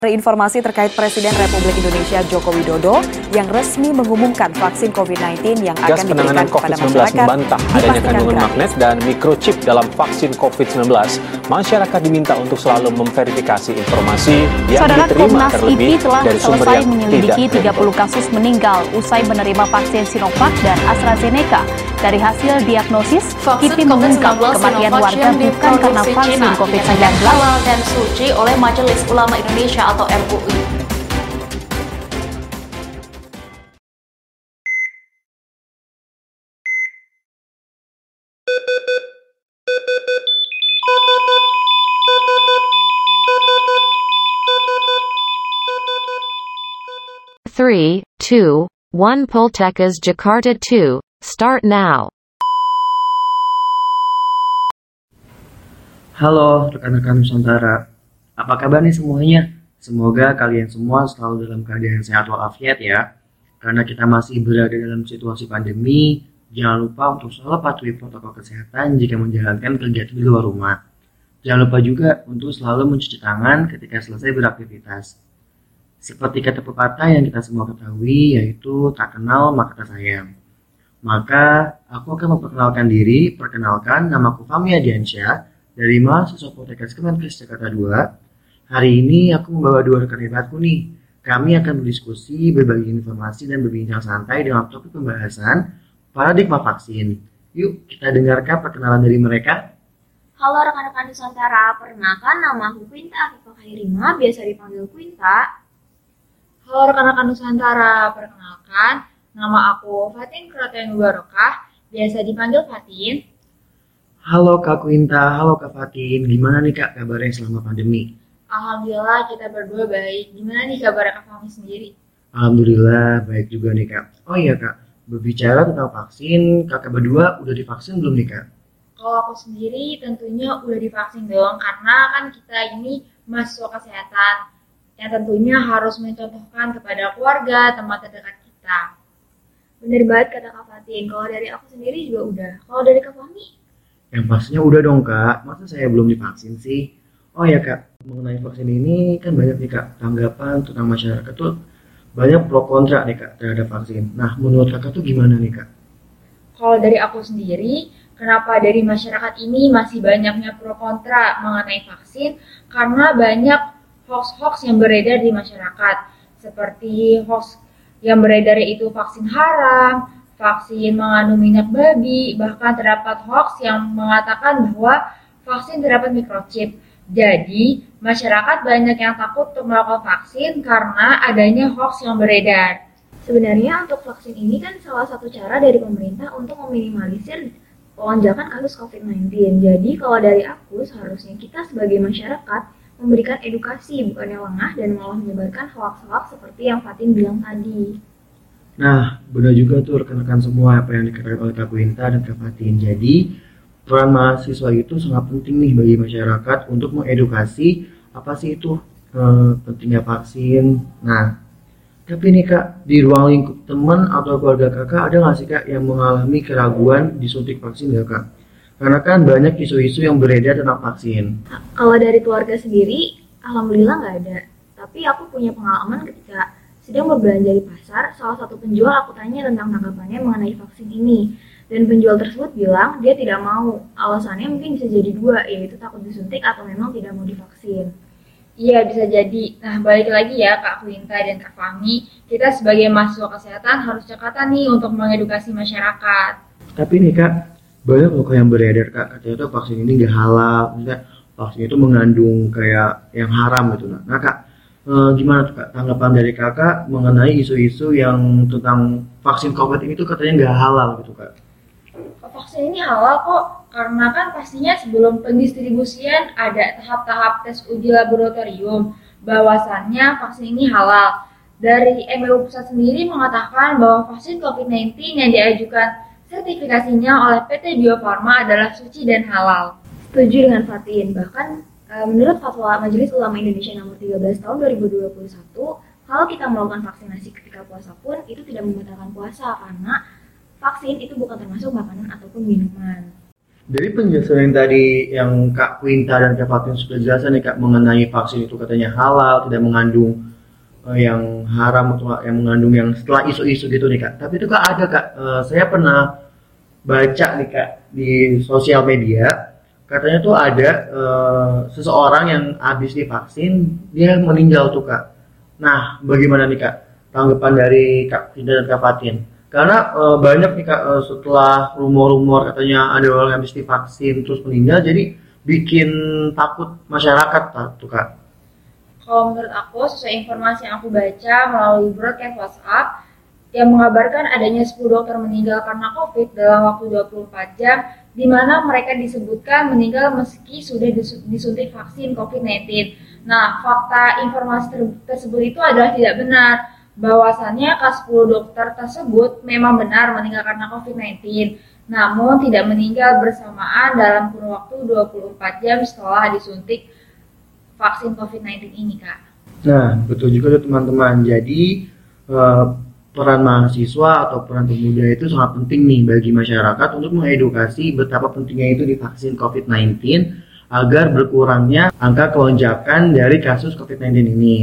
Informasi terkait Presiden Republik Indonesia Joko Widodo yang resmi mengumumkan vaksin COVID-19 yang akan diberikan kepada masyarakat membantah adanya kandungan magnet dan microchip dalam vaksin COVID-19. Masyarakat diminta untuk selalu memverifikasi informasi yang diterima terlebih dari sumber yang menyelidiki 30 kasus meninggal usai menerima vaksin Sinovac dan AstraZeneca. Dari hasil diagnosis, KIPI mengungkap kematian warga bukan karena vaksin COVID-19 dan suci oleh Majelis Ulama Indonesia atau MUI. Three, two, one. Poltekkes Jakarta 2, start now. Halo rekan-rekan Nusantara, apa kabar nih semuanya? Semoga kalian semua selalu dalam keadaan sehat walafiat ya. Karena kita masih berada dalam situasi pandemi, jangan lupa untuk selalu patuhi protokol kesehatan jika menjalankan kegiatan di luar rumah. Jangan lupa juga untuk selalu mencuci tangan ketika selesai beraktivitas. Seperti kata pepatah yang kita semua ketahui, yaitu tak kenal maka tak sayang. Maka aku akan memperkenalkan diri. Perkenalkan, namaku Fahmi Adiansyah dari mahasiswa Poltekkes Kemenkes Jakarta 2. Hari ini aku membawa dua rekan hebatku nih. Kami akan berdiskusi, berbagi informasi, dan berbincang santai dengan topik pembahasan paradigma vaksin. Yuk kita dengarkan perkenalan dari mereka. Halo rekan-rekan Nusantara, perkenalkan nama aku Quinta Afifah Khairima, biasa dipanggil Quinta. Halo rekan-rekan Nusantara, perkenalkan nama aku Fatin Kroten Barokah, biasa dipanggil Fatin. Halo Kak Quinta, halo Kak Fatin, gimana nih Kak kabarnya selama pandemi? Alhamdulillah kita berdua baik. Gimana nih kabar Kak Fahmi sendiri? Alhamdulillah baik juga nih Kak. Oh iya Kak, berbicara tentang vaksin, kakak berdua udah divaksin belum nih Kak? Kalau aku sendiri tentunya udah divaksin dong, karena kan kita ini mahasiswa kesehatan yang tentunya harus mencontohkan kepada keluarga, teman terdekat kita. Bener banget kata Kak Fatin, kalau dari aku sendiri juga udah. Kalau dari Kak Fahmi? Yang pastinya udah dong Kak, masa saya belum divaksin sih? Oh ya Kak, mengenai vaksin ini kan banyak nih Kak tanggapan tentang masyarakat tuh banyak pro kontra nih Kak terhadap vaksin. Nah menurut Kakak tuh gimana nih Kak? Kalau dari aku sendiri, kenapa dari masyarakat ini masih banyaknya pro kontra mengenai vaksin? Karena banyak hoax-hoax yang beredar di masyarakat. Seperti hoax yang beredar itu vaksin haram, vaksin mengandung minyak babi, bahkan terdapat hoax yang mengatakan bahwa vaksin terdapat microchip. Jadi, masyarakat banyak yang takut untuk melakukan vaksin karena adanya hoax yang beredar. Sebenarnya untuk vaksin ini kan salah satu cara dari pemerintah untuk meminimalisir lonjakan kasus COVID-19. Jadi, kalau dari aku, seharusnya kita sebagai masyarakat memberikan edukasi, bukannya lengah dan malah menyebarkan hoax-hoax seperti yang Fatin bilang tadi. Nah, benar juga tuh rekan-rekan semua apa yang dikatakan oleh Kak Quinta dan Kak Fatin. Jadi, peran mahasiswa itu sangat penting nih bagi masyarakat untuk mengedukasi apa sih itu pentingnya vaksin. Nah, tapi nih Kak, di ruang lingkup teman atau keluarga Kakak ada nggak sih Kak yang mengalami keraguan disuntik vaksin ya Kak? Karena kan banyak isu-isu yang beredar tentang vaksin. Kalau dari keluarga sendiri, alhamdulillah nggak ada. Tapi aku punya pengalaman ketika sedang berbelanja di pasar, salah satu penjual aku tanya tentang tanggapannya mengenai vaksin ini. Dan penjual tersebut bilang dia tidak mau. Alasannya mungkin bisa jadi dua, yaitu takut disuntik atau memang tidak mau divaksin. Iya, bisa jadi. Nah, balik lagi ya Kak Quinta dan Kak Fahmi, kita sebagai mahasiswa kesehatan harus cekatan nih untuk mengedukasi masyarakat. Tapi nih Kak, banyak loh yang beredar Kak, katanya tuh vaksin ini nggak halal, maksudnya vaksin itu mengandung kayak yang haram gitu. Nah Kak, gimana tuh Kak tanggapan dari Kakak mengenai isu-isu yang tentang vaksin COVID ini tuh katanya nggak halal gitu Kak? Vaksin ini halal kok, karena kan pastinya sebelum pendistribusian ada tahap-tahap tes uji laboratorium bahwasannya vaksin ini halal. Dari MUI Pusat sendiri mengatakan bahwa vaksin COVID-19 yang diajukan sertifikasinya oleh PT Bio Farma adalah suci dan halal. Setuju dengan Fatin, bahkan menurut Fatwa Majelis Ulama Indonesia nomor 13 tahun 2021, kalau kita melakukan vaksinasi ketika puasa pun itu tidak membatalkan puasa karena vaksin itu bukan termasuk makanan ataupun minuman. Dari penjelasan yang tadi yang Kak Quinta dan Kak Fatin sudah jelaskan nih Kak mengenai vaksin itu katanya halal, tidak mengandung yang haram atau yang mengandung yang setelah isu-isu gitu nih Kak. Tapi itu Kak ada Kak, saya pernah baca nih Kak di sosial media, katanya tuh ada seseorang yang habis divaksin dia meninggal tuh Kak. Nah bagaimana nih Kak tanggapan dari Kak Quinta dan Kak Fatin? Karena banyak nih Kak setelah rumor-rumor katanya ada orang yang habis divaksin terus meninggal, jadi bikin takut masyarakat tuh Kak. Kalau menurut aku, sesuai informasi yang aku baca melalui broadcast WhatsApp yang mengabarkan adanya 10 dokter meninggal karena COVID dalam waktu 24 jam, di mana mereka disebutkan meninggal meski sudah disuntik vaksin COVID-19. Nah, fakta informasi tersebut itu adalah tidak benar. Bahwasannya ke-10 dokter tersebut memang benar meninggal karena COVID-19, namun tidak meninggal bersamaan dalam kurun waktu 24 jam setelah disuntik vaksin COVID-19 ini, Kak. Nah, betul juga tuh teman-teman. Jadi, peran mahasiswa atau peran pemuda itu sangat penting nih bagi masyarakat untuk mengedukasi betapa pentingnya itu divaksin COVID-19 agar berkurangnya angka kelonjakan dari kasus COVID-19 ini.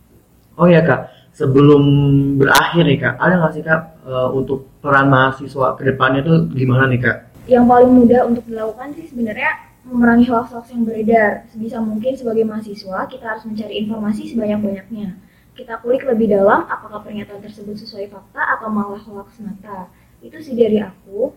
Oh ya Kak, sebelum berakhir nih Kak, ada nggak sih Kak untuk peran mahasiswa ke depannya tuh gimana nih Kak? Yang paling mudah untuk dilakukan sih sebenarnya memerangi hoax-hoax yang beredar. Sebisa mungkin sebagai mahasiswa kita harus mencari informasi sebanyak-banyaknya. Kita kulik lebih dalam apakah pernyataan tersebut sesuai fakta atau malah hoax semata. Itu sih dari aku.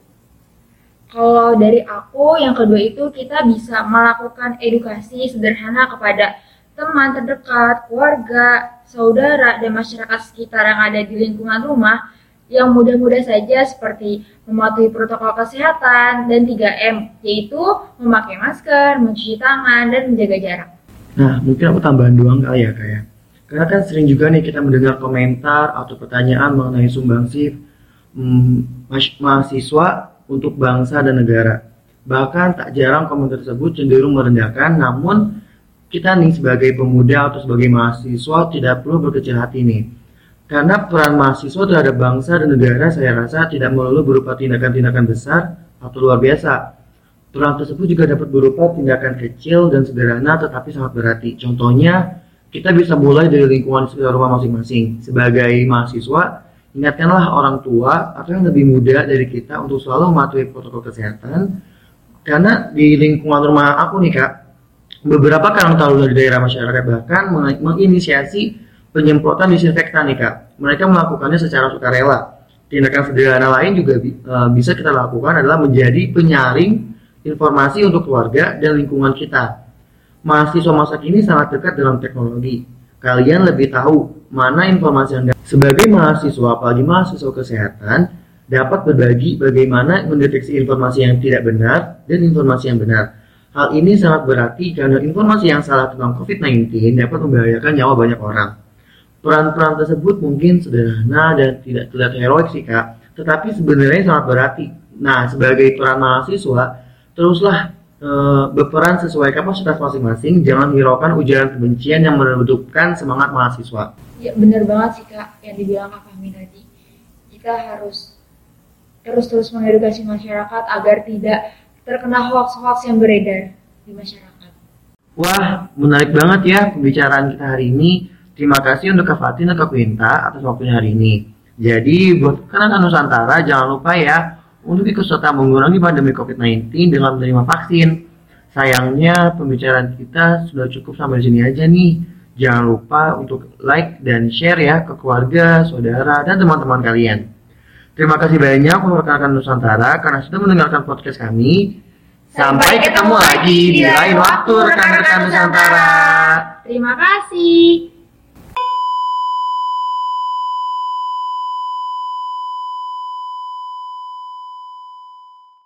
Kalau dari aku, yang kedua itu kita bisa melakukan edukasi sederhana kepada teman terdekat, keluarga, saudara, dan masyarakat sekitar yang ada di lingkungan rumah yang mudah-mudah saja seperti mematuhi protokol kesehatan dan 3M, yaitu memakai masker, mencuci tangan, dan menjaga jarak. Nah, mungkin aku tambahan doang kali ya Kak ya. Karena kan sering juga nih kita mendengar komentar atau pertanyaan mengenai sumbangsih mahasiswa untuk bangsa dan negara. Bahkan tak jarang komentar tersebut cenderung merendahkan, namun kita nih sebagai pemuda atau sebagai mahasiswa tidak perlu berkecil hati nih. Karena peran mahasiswa terhadap bangsa dan negara saya rasa tidak melulu berupa tindakan-tindakan besar atau luar biasa. Peran tersebut juga dapat berupa tindakan kecil dan sederhana tetapi sangat berarti. Contohnya, kita bisa mulai dari lingkungan sekitar rumah masing-masing. Sebagai mahasiswa, ingatkanlah orang tua atau yang lebih muda dari kita untuk selalu mematuhi protokol kesehatan. Karena di lingkungan rumah aku nih Kak, beberapa karang taruna di daerah masyarakat bahkan menginisiasi penyemprotan disinfektan nih Kak. Mereka melakukannya secara sukarela. Tindakan sederhana lain juga bisa kita lakukan adalah menjadi penyaring informasi untuk keluarga dan lingkungan kita. Mahasiswa masa kini sangat dekat dalam teknologi. Kalian lebih tahu mana informasi yang sebagai mahasiswa, apalagi mahasiswa kesehatan, dapat berbagi bagaimana mendeteksi informasi yang tidak benar dan informasi yang benar. Hal ini sangat berarti karena informasi yang salah tentang COVID-19 dapat membahayakan nyawa banyak orang. Peran-peran tersebut mungkin sederhana dan tidak terlihat heroik sih Kak, tetapi sebenarnya sangat berarti. Nah, sebagai peran mahasiswa, teruslah berperan sesuai kapasitas masing-masing, jangan hiraukan ujaran kebencian yang meredupkan semangat mahasiswa. Ya benar banget sih Kak, yang dibilang Kak Fahmi tadi. Kita harus terus mengedukasi masyarakat agar tidak terkena hoax-hoax yang beredar di masyarakat. Wah, menarik banget ya pembicaraan kita hari ini. Terima kasih untuk Kak Fatin dan Kak Quinta atas waktunya hari ini. Jadi buat rekan-rekan Nusantara jangan lupa ya untuk ikut serta mengurangi pandemi COVID-19 dengan menerima vaksin. Sayangnya pembicaraan kita sudah cukup sampai di sini aja nih. Jangan lupa untuk like dan share ya ke keluarga, saudara, dan teman-teman kalian. Terima kasih banyak untuk rekan-rekan Nusantara karena sudah mendengarkan podcast kami. Sampai ketemu lagi di lain waktu rekan-rekan Nusantara. Terima kasih.